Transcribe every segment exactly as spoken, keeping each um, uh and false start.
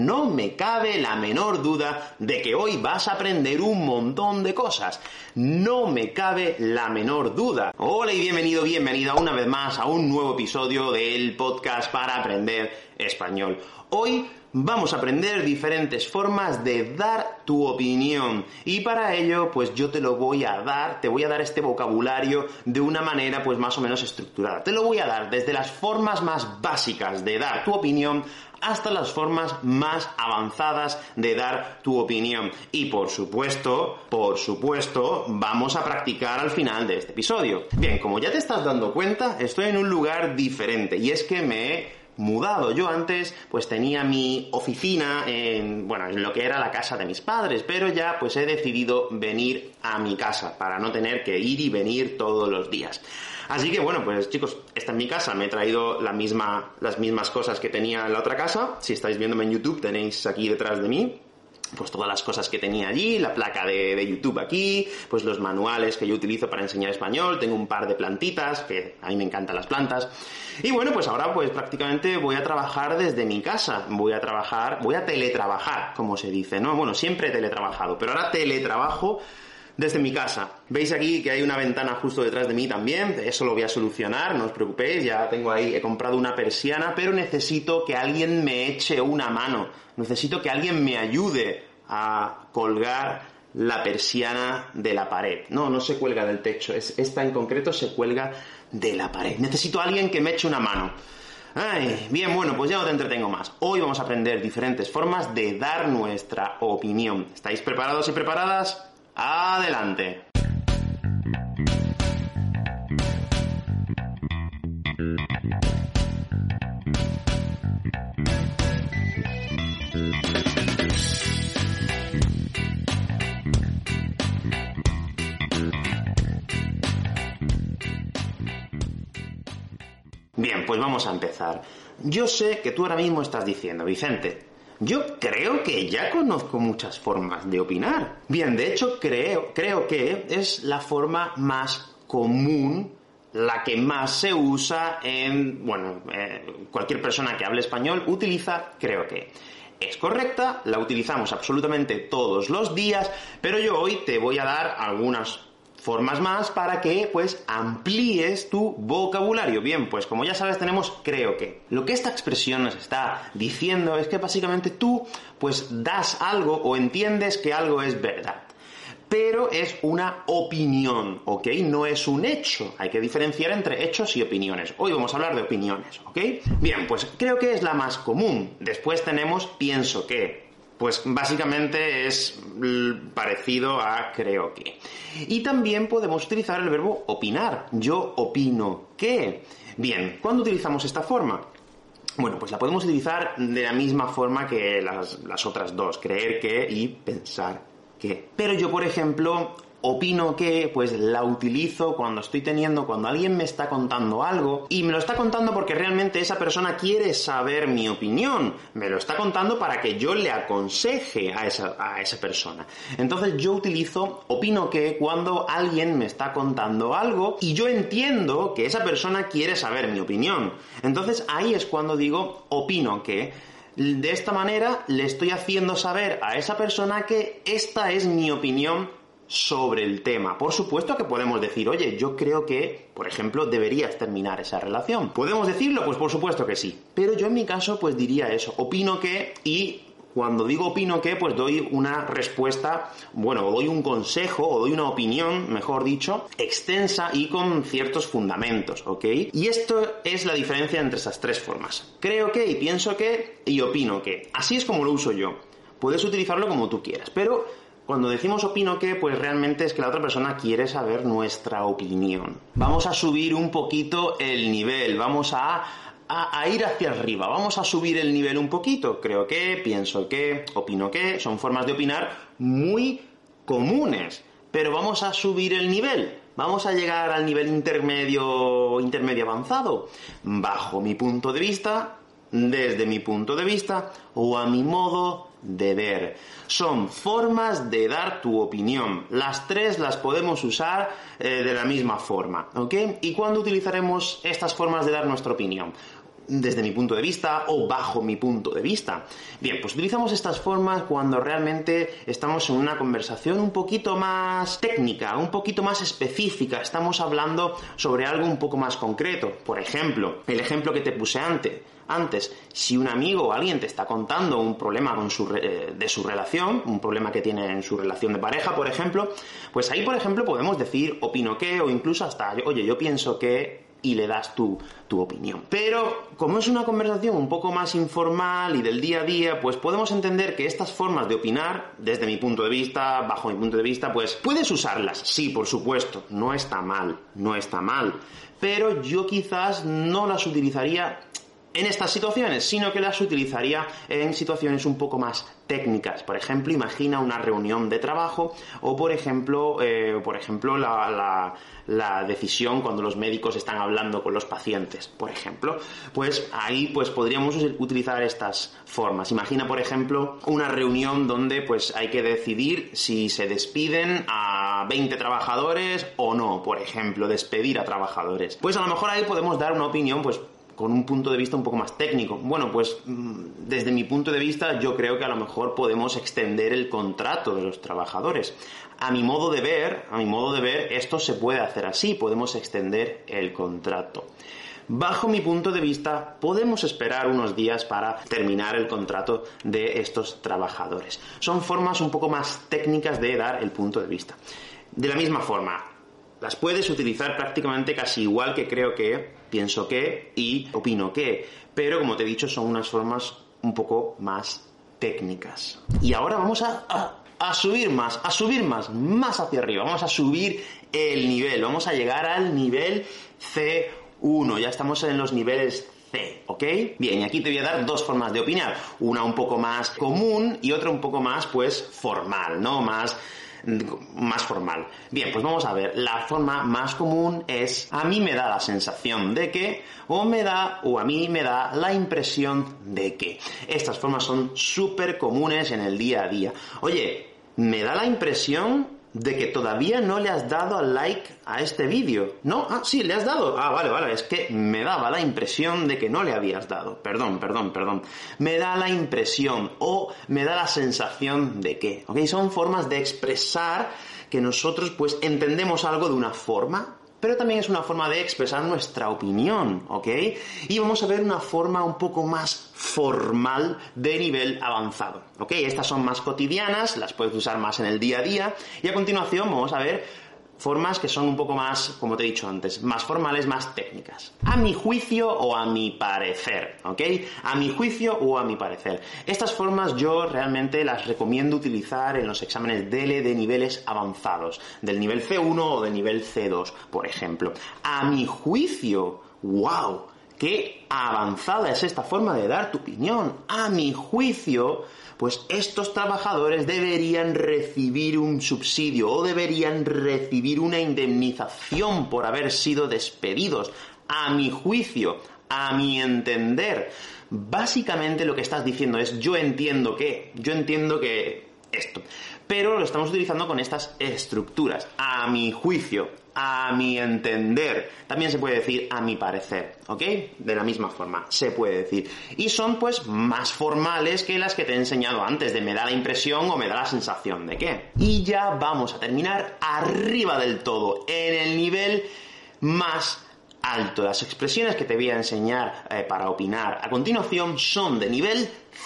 No me cabe la menor duda de que hoy vas a aprender un montón de cosas. No me cabe la menor duda. Hola y bienvenido, bienvenida una vez más a un nuevo episodio del podcast para aprender español. Hoy vamos a aprender diferentes formas de dar tu opinión y para ello pues yo te lo voy a dar, te voy a dar este vocabulario de una manera pues más o menos estructurada. Te lo voy a dar desde las formas más básicas de dar tu opinión hasta las formas más avanzadas de dar tu opinión. Y por supuesto, por supuesto, vamos a practicar al final de este episodio. Bien, como ya te estás dando cuenta, estoy en un lugar diferente y es que me he mudado. Yo antes pues tenía mi oficina en, bueno, en lo que era la casa de mis padres, pero ya pues he decidido venir a mi casa para no tener que ir y venir todos los días. Así que bueno, pues chicos, esta es mi casa, me he traído la misma, las mismas cosas que tenía en la otra casa. Si estáis viéndome en YouTube, tenéis aquí detrás de mí pues todas las cosas que tenía allí, la placa de, de YouTube aquí, pues los manuales que yo utilizo para enseñar español, tengo un par de plantitas, que a mí me encantan las plantas, y bueno, pues ahora pues prácticamente voy a trabajar desde mi casa, voy a trabajar, voy a teletrabajar, como se dice, ¿no? Bueno, siempre he teletrabajado, pero ahora teletrabajo desde mi casa. Veis aquí que hay una ventana justo detrás de mí también, eso lo voy a solucionar, no os preocupéis, ya tengo ahí, he comprado una persiana, pero necesito que alguien me eche una mano, necesito que alguien me ayude a colgar la persiana de la pared. No, no se cuelga del techo, es, esta en concreto se cuelga de la pared. Necesito a alguien que me eche una mano. Ay, bien, bueno, pues ya no te entretengo más. Hoy vamos a aprender diferentes formas de dar nuestra opinión. ¿Estáis preparados y preparadas? ¡Adelante! Bien, pues vamos a empezar. Yo sé que tú ahora mismo estás diciendo, Vicente, yo creo que ya conozco muchas formas de opinar. Bien, de hecho, creo, creo que es la forma más común, la que más se usa en, bueno, eh, cualquier persona que hable español utiliza creo que. Es correcta, la utilizamos absolutamente todos los días, pero yo hoy te voy a dar algunas formas más para que, pues, amplíes tu vocabulario. Bien, pues, como ya sabes, tenemos creo que. Lo que esta expresión nos está diciendo es que, básicamente, tú, pues, das algo o entiendes que algo es verdad. Pero es una opinión, ¿ok? No es un hecho. Hay que diferenciar entre hechos y opiniones. Hoy vamos a hablar de opiniones, ¿ok? Bien, pues, creo que es la más común. Después tenemos pienso que. Pues básicamente es parecido a creo que. Y también podemos utilizar el verbo opinar. Yo opino que. Bien, ¿cuándo utilizamos esta forma? Bueno, pues la podemos utilizar de la misma forma que las, las otras dos, creer que y pensar que. Pero yo, por ejemplo, opino que, pues la utilizo cuando estoy teniendo, cuando alguien me está contando algo, y me lo está contando porque realmente esa persona quiere saber mi opinión, me lo está contando para que yo le aconseje a esa, a esa persona. Entonces yo utilizo opino que cuando alguien me está contando algo y yo entiendo que esa persona quiere saber mi opinión. Entonces ahí es cuando digo opino que. De esta manera le estoy haciendo saber a esa persona que esta es mi opinión sobre el tema. Por supuesto que podemos decir, oye, yo creo que, por ejemplo, deberías terminar esa relación. ¿Podemos decirlo? Pues por supuesto que sí. Pero yo en mi caso, pues diría eso, opino que, y cuando digo opino que, pues doy una respuesta, bueno, o doy un consejo, o doy una opinión, mejor dicho, extensa y con ciertos fundamentos, ¿ok? Y esto es la diferencia entre esas tres formas. Creo que, y pienso que, y opino que. Así es como lo uso yo. Puedes utilizarlo como tú quieras, pero cuando decimos opino que, pues realmente es que la otra persona quiere saber nuestra opinión. Vamos a subir un poquito el nivel, vamos a, a, a ir hacia arriba, vamos a subir el nivel un poquito. Creo que, pienso que, opino que, son formas de opinar muy comunes, pero vamos a subir el nivel. Vamos a llegar al nivel intermedio, intermedio avanzado. Bajo mi punto de vista, desde mi punto de vista, o a mi modo de ver. Son formas de dar tu opinión. Las tres las podemos usar eh, de la misma forma, ¿ok? ¿Y cuándo utilizaremos estas formas de dar nuestra opinión? desde mi punto de vista o bajo mi punto de vista. Bien, pues utilizamos estas formas cuando realmente estamos en una conversación un poquito más técnica, un poquito más específica, estamos hablando sobre algo un poco más concreto. Por ejemplo, el ejemplo que te puse antes, antes si un amigo o alguien te está contando un problema con su re, de su relación, un problema que tiene en su relación de pareja, por ejemplo, pues ahí, por ejemplo, podemos decir opino que, o incluso hasta, oye, yo pienso que, y le das tu, tu opinión. Pero, como es una conversación un poco más informal y del día a día, pues podemos entender que estas formas de opinar, desde mi punto de vista, bajo mi punto de vista, pues puedes usarlas, sí, por supuesto, no está mal, no está mal, pero yo quizás no las utilizaría en estas situaciones, sino que las utilizaría en situaciones un poco más técnicas. Por ejemplo, imagina una reunión de trabajo o, por ejemplo, eh, por ejemplo la, la, la decisión cuando los médicos están hablando con los pacientes, por ejemplo. Pues ahí pues podríamos utilizar estas formas. Imagina, por ejemplo, una reunión donde pues hay que decidir si se despiden a veinte trabajadores o no, por ejemplo, despedir a trabajadores. Pues a lo mejor ahí podemos dar una opinión, pues con un punto de vista un poco más técnico. Bueno, pues desde mi punto de vista yo creo que a lo mejor podemos extender el contrato de los trabajadores. A mi modo de ver, a mi modo de ver, esto se puede hacer así, podemos extender el contrato. Bajo mi punto de vista, podemos esperar unos días para terminar el contrato de estos trabajadores. Son formas un poco más técnicas de dar el punto de vista. De la misma forma, las puedes utilizar prácticamente casi igual que creo que, pienso que y opino que, pero como te he dicho son unas formas un poco más técnicas. Y ahora vamos a, a, a subir más, a subir más, más hacia arriba, vamos a subir el nivel, vamos a llegar al nivel C uno, ya estamos en los niveles C, ¿ok? Bien, y aquí te voy a dar dos formas de opinar, una un poco más común y otra un poco más, pues, formal, ¿no? Más... más formal. Bien, pues vamos a ver. La forma más común es a mí me da la sensación de que, o me da, o a mí me da la impresión de que. Estas formas son súper comunes en el día a día. Oye, me da la impresión de que todavía no le has dado al like a este vídeo. ¿No? Ah, sí, le has dado. Ah, vale, vale, es que me daba la impresión de que no le habías dado. Perdón, perdón, perdón. Me da la impresión o me da la sensación de que. ¿Ok? Son formas de expresar que nosotros pues entendemos algo de una forma, pero también es una forma de expresar nuestra opinión, ¿ok? Y vamos a ver una forma un poco más formal de nivel avanzado, ¿ok? Estas son más cotidianas, las puedes usar más en el día a día, y a continuación vamos a ver formas que son un poco más, como te he dicho antes, más formales, más técnicas. A mi juicio o a mi parecer, ¿ok? A mi juicio o a mi parecer. Estas formas yo realmente las recomiendo utilizar en los exámenes D E L E de niveles avanzados, del nivel C uno o del nivel C dos, por ejemplo. A mi juicio, ¡wow! ¡Qué avanzada es esta forma de dar tu opinión! A mi juicio, pues estos trabajadores deberían recibir un subsidio o deberían recibir una indemnización por haber sido despedidos. A mi juicio, a mi entender. Básicamente lo que estás diciendo es yo entiendo que, yo entiendo que esto. Pero lo estamos utilizando con estas estructuras. A mi juicio, a mi entender. También se puede decir a mi parecer, ¿ok? De la misma forma, se puede decir. Y son, pues, más formales que las que te he enseñado antes, de me da la impresión o me da la sensación de qué. Y ya vamos a terminar arriba del todo, en el nivel más alto. Las expresiones que te voy a enseñar eh, para opinar a continuación son de nivel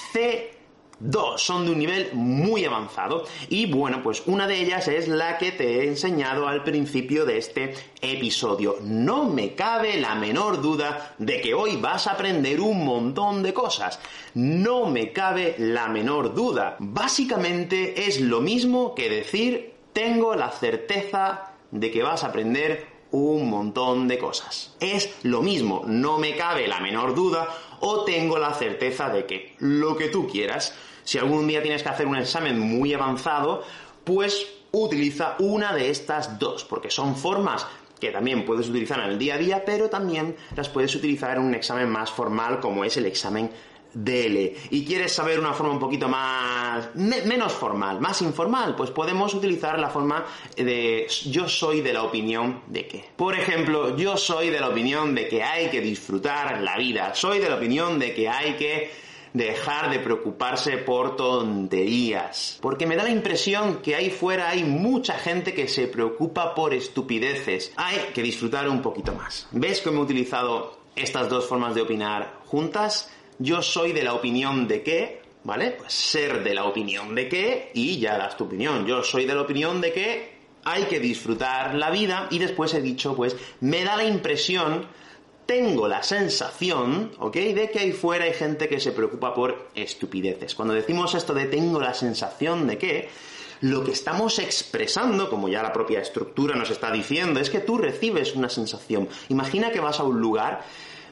C dos, son de un nivel muy avanzado y bueno, pues una de ellas es la que te he enseñado al principio de este episodio. No me cabe la menor duda de que hoy vas a aprender un montón de cosas. No me cabe la menor duda. Básicamente es lo mismo que decir tengo la certeza de que vas a aprender un montón de cosas. Es lo mismo, no me cabe la menor duda o tengo la certeza de que, lo que tú quieras. Si algún día tienes que hacer un examen muy avanzado, pues utiliza una de estas dos, porque son formas que también puedes utilizar en el día a día, pero también las puedes utilizar en un examen más formal como es el examen dele. Y quieres saber una forma un poquito más... Me, menos formal, más informal, pues podemos utilizar la forma de yo soy de la opinión de que. Por ejemplo, yo soy de la opinión de que hay que disfrutar la vida. Soy de la opinión de que hay que dejar de preocuparse por tonterías. Porque me da la impresión que ahí fuera hay mucha gente que se preocupa por estupideces. Hay que disfrutar un poquito más. ¿Ves cómo he utilizado estas dos formas de opinar juntas? Yo soy de la opinión de que, ¿vale? Pues ser de la opinión de que y ya das tu opinión. Yo soy de la opinión de que hay que disfrutar la vida y después he dicho, pues, me da la impresión, tengo la sensación, ¿ok?, de que ahí fuera hay gente que se preocupa por estupideces. Cuando decimos esto de tengo la sensación de que, lo que estamos expresando, como ya la propia estructura nos está diciendo, es que tú recibes una sensación. Imagina que vas a un lugar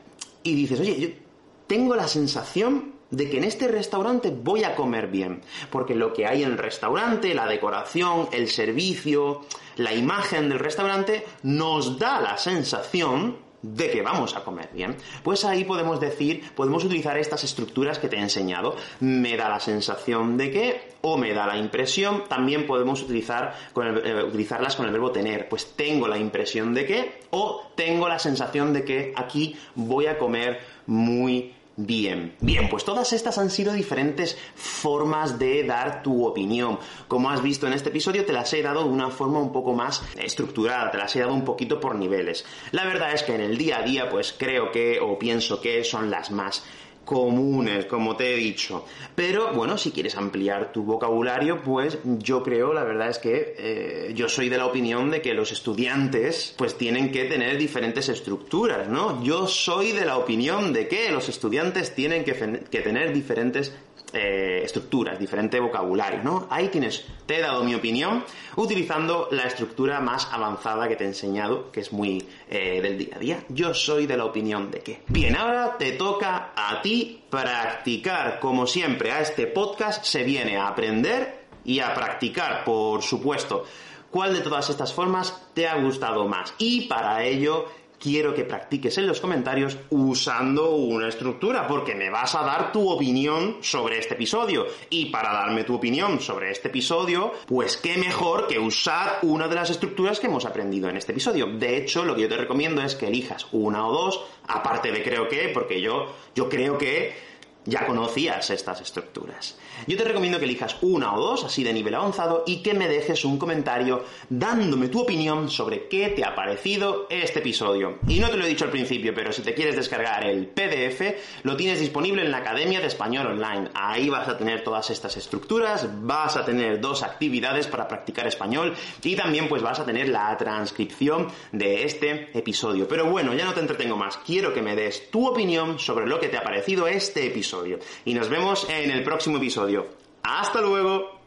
y dices, oye, yo tengo la sensación de que en este restaurante voy a comer bien, porque lo que hay en el restaurante, la decoración, el servicio, la imagen del restaurante, nos da la sensación de que vamos a comer bien. Pues ahí podemos decir, podemos utilizar estas estructuras que te he enseñado. Me da la sensación de que, o me da la impresión. También podemos utilizar con el, eh, utilizarlas con el verbo tener. Pues tengo la impresión de que, o tengo la sensación de que aquí voy a comer muy bien. Bien, pues todas estas han sido diferentes formas de dar tu opinión. Como has visto en este episodio, te las he dado de una forma un poco más estructurada, te las he dado un poquito por niveles. La verdad es que en el día a día, pues creo que, o pienso que son las más comunes, como te he dicho. Pero, bueno, si quieres ampliar tu vocabulario, pues yo creo, la verdad es que eh, yo soy de la opinión de que los estudiantes, pues tienen que tener diferentes estructuras, ¿no? Yo soy de la opinión de que los estudiantes tienen que, que tener diferentes Eh, estructuras, diferente vocabulario, ¿no? Ahí tienes, te he dado mi opinión utilizando la estructura más avanzada que te he enseñado, que es muy eh, del día a día. Yo soy de la opinión de que. Bien, ahora te toca a ti practicar. Como siempre, a este podcast se viene a aprender y a practicar, por supuesto. ¿Cuál de todas estas formas te ha gustado más? Y para ello quiero que practiques en los comentarios usando una estructura, porque me vas a dar tu opinión sobre este episodio. Y para darme tu opinión sobre este episodio, pues qué mejor que usar una de las estructuras que hemos aprendido en este episodio. De hecho, lo que yo te recomiendo es que elijas una o dos, aparte de creo que, porque yo, yo creo que ya conocías estas estructuras. Yo te recomiendo que elijas una o dos, así de nivel avanzado, y que me dejes un comentario dándome tu opinión sobre qué te ha parecido este episodio. Y no te lo he dicho al principio, pero si te quieres descargar el P D F, lo tienes disponible en la Academia de Español Online. Ahí vas a tener todas estas estructuras, vas a tener dos actividades para practicar español y también pues vas a tener la transcripción de este episodio. Pero bueno, ya no te entretengo más. Quiero que me des tu opinión sobre lo que te ha parecido este episodio. Y nos vemos en el próximo episodio. ¡Hasta luego!